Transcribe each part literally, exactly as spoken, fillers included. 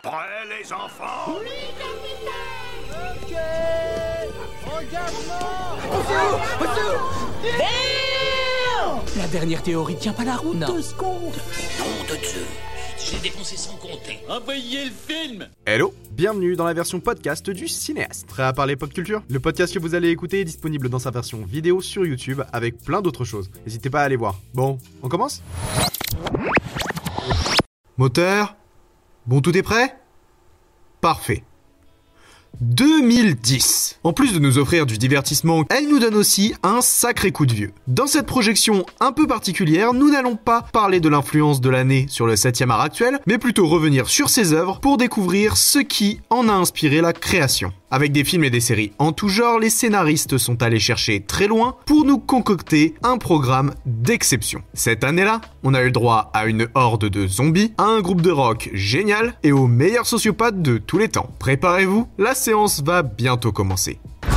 Prêts, les enfants? Oui, capitaine. Ok. Engagement. La dernière théorie tient pas la route. Deux secondes. Nom de Dieu. J'ai dépensé sans compter. Envoyez le film. Hello, bienvenue dans la version podcast du Cinéaste. Prêt à parler pop culture? Le podcast que vous allez écouter est disponible dans sa version vidéo sur YouTube avec plein d'autres choses. N'hésitez pas à aller voir. Bon, on commence? Moteur? Bon, tout est prêt? Parfait. deux mille dix. En plus de nous offrir du divertissement, elle nous donne aussi un sacré coup de vieux. Dans cette projection un peu particulière, nous n'allons pas parler de l'influence de l'année sur le septième art actuel, mais plutôt revenir sur ses œuvres pour découvrir ce qui en a inspiré la création. Avec des films et des séries en tout genre, les scénaristes sont allés chercher très loin pour nous concocter un programme d'exception. Cette année-là, on a eu le droit à une horde de zombies, à un groupe de rock génial et aux meilleurs sociopathes de tous les temps. Préparez-vous, la séance va bientôt commencer.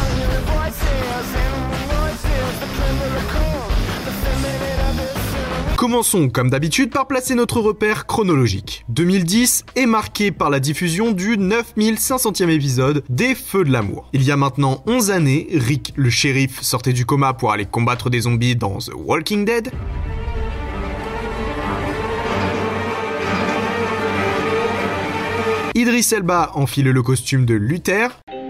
Commençons comme d'habitude par placer notre repère chronologique. deux mille dix est marqué par la diffusion du neuf mille cinq centième épisode des Feux de l'amour. Il y a maintenant onze années, Rick le shérif sortait du coma pour aller combattre des zombies dans The Walking Dead. Idris Elba enfile le costume de Luther.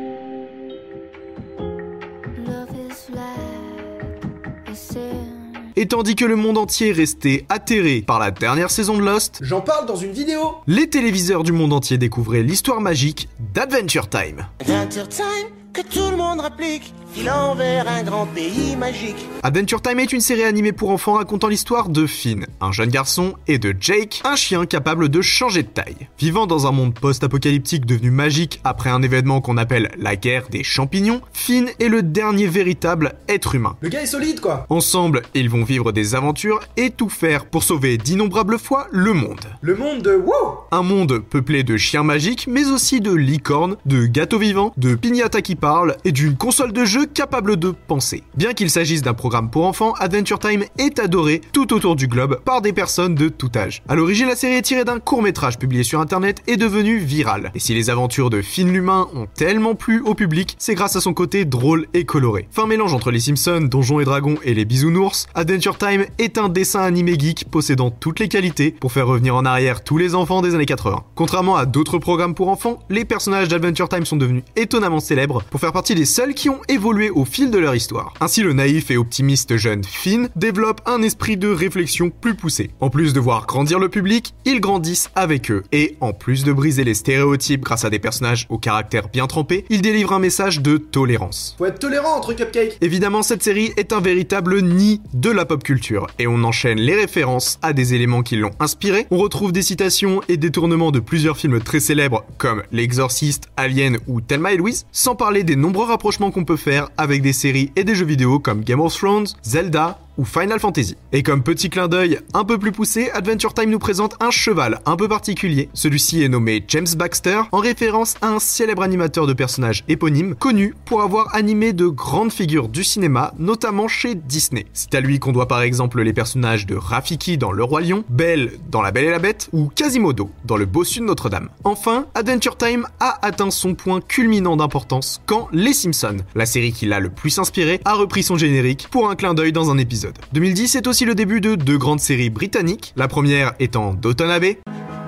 Et tandis que le monde entier restait atterré par la dernière saison de Lost, j'en parle dans une vidéo. Les téléviseurs du monde entier découvraient l'histoire magique d'Adventure Time. Adventure Time, que tout le monde réplique, filant vers un grand pays magique. Adventure Time est une série animée pour enfants racontant l'histoire de Finn, un jeune garçon, et de Jake, un chien capable de changer de taille. Vivant dans un monde post-apocalyptique devenu magique après un événement qu'on appelle la guerre des champignons, Finn est le dernier véritable être humain. Le gars est solide, quoi. Ensemble, ils vont vivre des aventures et tout faire pour sauver d'innombrables fois le monde. Le monde de wow. Un monde peuplé de chiens magiques, mais aussi de licornes, de gâteaux vivants, de piñatas qui parlent et d'une console de jeu capable de penser. Bien qu'il s'agisse d'un programme pour enfants, Adventure Time est adoré tout autour du globe par des personnes de tout âge. À l'origine, la série est tirée d'un court-métrage publié sur internet et devenu viral. Et si les aventures de Finn l'humain ont tellement plu au public, c'est grâce à son côté drôle et coloré. Fin mélange entre les Simpsons, Donjons et Dragons et les Bisounours, Adventure Time est un dessin animé geek possédant toutes les qualités pour faire revenir en arrière tous les enfants des années quatre-vingts. Contrairement à d'autres programmes pour enfants, les personnages d'Adventure Time sont devenus étonnamment célèbres pour faire partie des seuls qui ont évolué au fil de leur histoire. Ainsi, le naïf et optimiste jeune Finn développe un esprit de réflexion plus poussé. En plus de voir grandir le public, ils grandissent avec eux. Et en plus de briser les stéréotypes grâce à des personnages au caractère bien trempé, ils délivrent un message de tolérance. Faut être tolérant entre cupcakes. Évidemment, cette série est un véritable nid de la pop culture et on enchaîne les références à des éléments qui l'ont inspiré. On retrouve des citations et détournements de plusieurs films très célèbres comme L'Exorciste, Alien ou Thelma et Louise, sans parler des nombreux rapprochements qu'on peut faire avec des séries et des jeux vidéo comme Game of Thrones, Zelda ou Final Fantasy. Et comme petit clin d'œil un peu plus poussé, Adventure Time nous présente un cheval un peu particulier. Celui-ci est nommé James Baxter, en référence à un célèbre animateur de personnages éponyme, connu pour avoir animé de grandes figures du cinéma, notamment chez Disney. C'est à lui qu'on doit par exemple les personnages de Rafiki dans Le Roi Lion, Belle dans La Belle et la Bête, ou Quasimodo dans Le Bossu de Notre-Dame. Enfin, Adventure Time a atteint son point culminant d'importance quand Les Simpsons, la série qui l'a le plus inspiré, a repris son générique pour un clin d'œil dans un épisode. deux mille dix est aussi le début de deux grandes séries britanniques, la première étant Downton Abbey,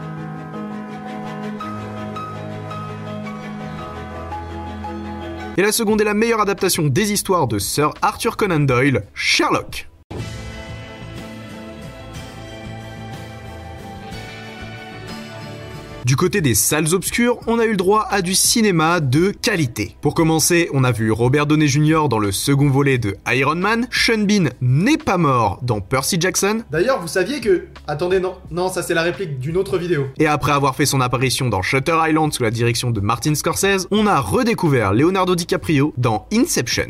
et la seconde est la meilleure adaptation des histoires de Sir Arthur Conan Doyle, Sherlock. Du côté des salles obscures, on a eu le droit à du cinéma de qualité. Pour commencer, on a vu Robert Downey junior dans le second volet de Iron Man, Sean Bean n'est pas mort dans Percy Jackson. D'ailleurs, vous saviez que... Attendez, non, non, ça c'est la réplique d'une autre vidéo. Et après avoir fait son apparition dans Shutter Island sous la direction de Martin Scorsese, on a redécouvert Leonardo DiCaprio dans Inception.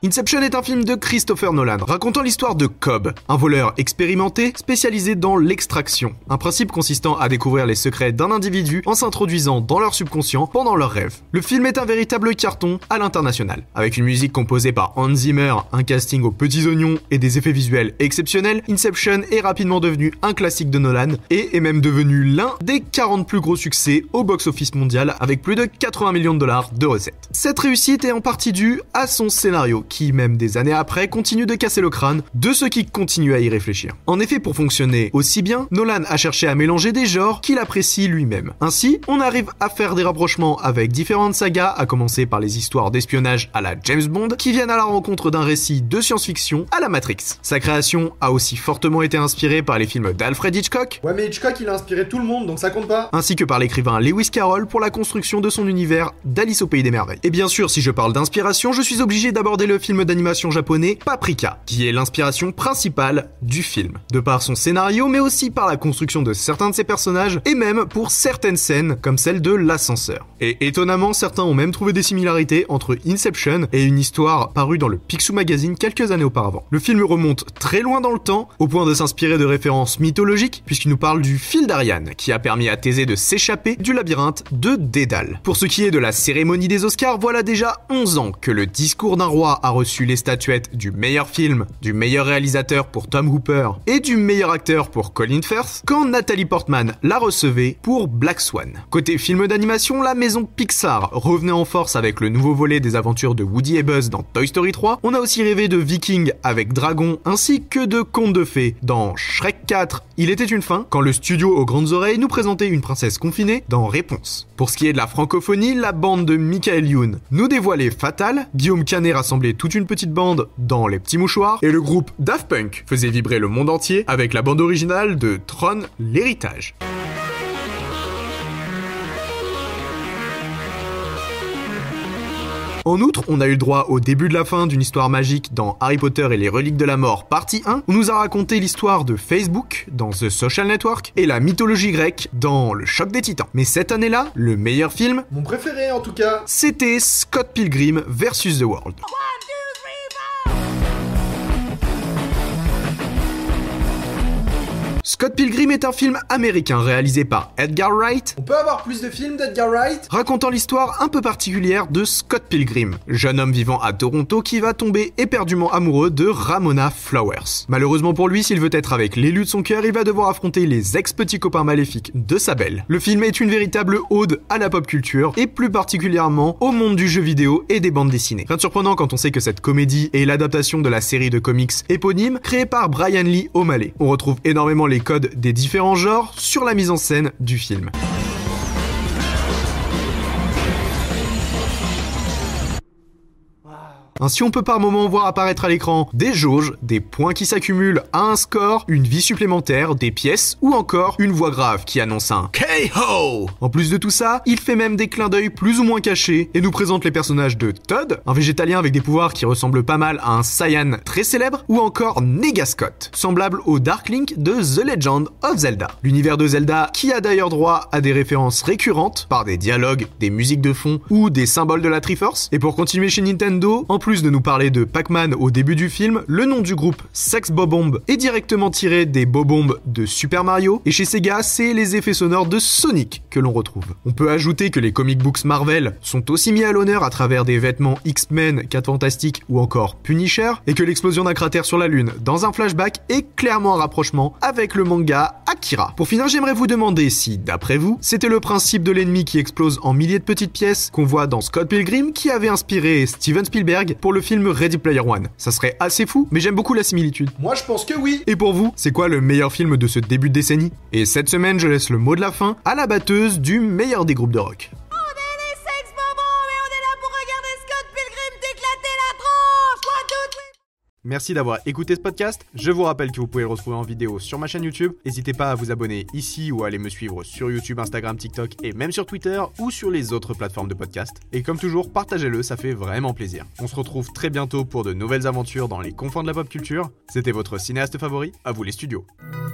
Inception est un film de Christopher Nolan, racontant l'histoire de Cobb, un voleur expérimenté spécialisé dans l'extraction, un principe consistant à découvrir les secrets d'un individu en s'introduisant dans leur subconscient pendant leurs rêves. Le film est un véritable carton à l'international, avec une musique composée par Hans Zimmer, un casting aux petits oignons et des effets visuels exceptionnels. Inception est rapidement devenu un classique de Nolan et est même devenu l'un des quarante plus gros succès au box-office mondial avec plus de quatre-vingts millions de dollars de recettes. Cette réussite est en partie due à son scénario qui, même des années après, continue de casser le crâne de ceux qui continuent à y réfléchir. En effet, pour fonctionner aussi bien, Nolan a cherché à mélanger des genres qu'il apprécie lui-même. Ainsi, on arrive à faire des rapprochements avec différentes sagas, à commencer par les histoires d'espionnage à la James Bond, qui viennent à la rencontre d'un récit de science-fiction à la Matrix. Sa création a aussi fortement été inspirée par les films d'Alfred Hitchcock. Ouais, mais Hitchcock, il a inspiré tout le monde, donc ça compte pas. Ainsi que par l'écrivain Lewis Carroll pour la construction de son univers d'Alice au Pays des Merveilles. Et bien sûr, si je parle d'inspiration, je suis obligé d'aborder le film d'animation japonais Paprika, qui est l'inspiration principale du film, de par son scénario, mais aussi par la construction de certains de ses personnages, et même pour certaines scènes, comme celle de l'ascenseur. Et étonnamment, certains ont même trouvé des similarités entre Inception et une histoire parue dans le Picsou Magazine quelques années auparavant. Le film remonte très loin dans le temps, au point de s'inspirer de références mythologiques, puisqu'il nous parle du fil d'Ariane, qui a permis à Thésée de s'échapper du labyrinthe de Dédale. Pour ce qui est de la cérémonie des Oscars, voilà déjà onze ans que le discours d'un roi a reçu les statuettes du meilleur film, du meilleur réalisateur pour Tom Hooper et du meilleur acteur pour Colin Firth, quand Natalie Portman la recevait pour Black Swan. Côté film d'animation, la maison Pixar revenait en force avec le nouveau volet des aventures de Woody et Buzz dans Toy Story trois. On a aussi rêvé de Vikings avec Dragon, ainsi que de Contes de fées dans Shrek quatre. Il était une fin, quand le studio aux grandes oreilles nous présentait une princesse confinée dans Réponse. Pour ce qui est de la francophonie, la bande de Michael Youn nous dévoilait Fatal, Guillaume Canet rassemblait toute une petite bande dans Les Petits Mouchoirs, et le groupe Daft Punk faisait vibrer le monde entier avec la bande originale de Tron, l'héritage. En outre, on a eu le droit au début de la fin d'une histoire magique dans Harry Potter et les reliques de la mort partie un. On nous a raconté l'histoire de Facebook dans The Social Network et la mythologie grecque dans Le Choc des Titans. Mais cette année-là, le meilleur film, Mon préféré en tout cas, c'était Scott Pilgrim versus The World. Scott Pilgrim est un film américain réalisé par Edgar Wright. On peut avoir plus de films d'Edgar Wright ? Racontant l'histoire un peu particulière de Scott Pilgrim, jeune homme vivant à Toronto qui va tomber éperdument amoureux de Ramona Flowers. Malheureusement pour lui, s'il veut être avec l'élu de son cœur, il va devoir affronter les ex-petits copains maléfiques de sa belle. Le film est une véritable ode à la pop culture et plus particulièrement au monde du jeu vidéo et des bandes dessinées. Rien de surprenant quand on sait que cette comédie est l'adaptation de la série de comics éponyme créée par Brian Lee O'Malley. On retrouve énormément les codes des différents genres sur la mise en scène du film. Ainsi, on peut par moments voir apparaître à l'écran des jauges, des points qui s'accumulent à un score, une vie supplémentaire, des pièces ou encore une voix grave qui annonce un K O. En plus de tout ça, il fait même des clins d'œil plus ou moins cachés et nous présente les personnages de Todd, un végétalien avec des pouvoirs qui ressemblent pas mal à un Saiyan très célèbre, ou encore Negascott, semblable au Dark Link de The Legend of Zelda. L'univers de Zelda qui a d'ailleurs droit à des références récurrentes par des dialogues, des musiques de fond ou des symboles de la Triforce. Et pour continuer chez Nintendo, en plus de nous parler de Pac-Man au début du film, le nom du groupe Sex Bob-omb est directement tiré des Bob-omb de Super Mario, et chez Sega, c'est les effets sonores de Sonic que l'on retrouve. On peut ajouter que les comic books Marvel sont aussi mis à l'honneur à travers des vêtements X-Men, quatre Fantastiques ou encore Punisher, et que l'explosion d'un cratère sur la Lune dans un flashback est clairement un rapprochement avec le manga Akira. Pour finir, j'aimerais vous demander si, d'après vous, c'était le principe de l'ennemi qui explose en milliers de petites pièces qu'on voit dans Scott Pilgrim qui avait inspiré Steven Spielberg pour le film Ready Player One. Ça serait assez fou, mais j'aime beaucoup la similitude. Moi je pense que oui. Et pour vous, c'est quoi le meilleur film de ce début de décennie? Et cette semaine, je laisse le mot de la fin à la batteuse du meilleur des groupes de rock. Merci d'avoir écouté ce podcast. Je vous rappelle que vous pouvez le retrouver en vidéo sur ma chaîne YouTube. N'hésitez pas à vous abonner ici ou à aller me suivre sur YouTube, Instagram, TikTok et même sur Twitter ou sur les autres plateformes de podcast. Et comme toujours, partagez-le, ça fait vraiment plaisir. On se retrouve très bientôt pour de nouvelles aventures dans les confins de la pop culture. C'était votre cinéaste favori, à vous les studios.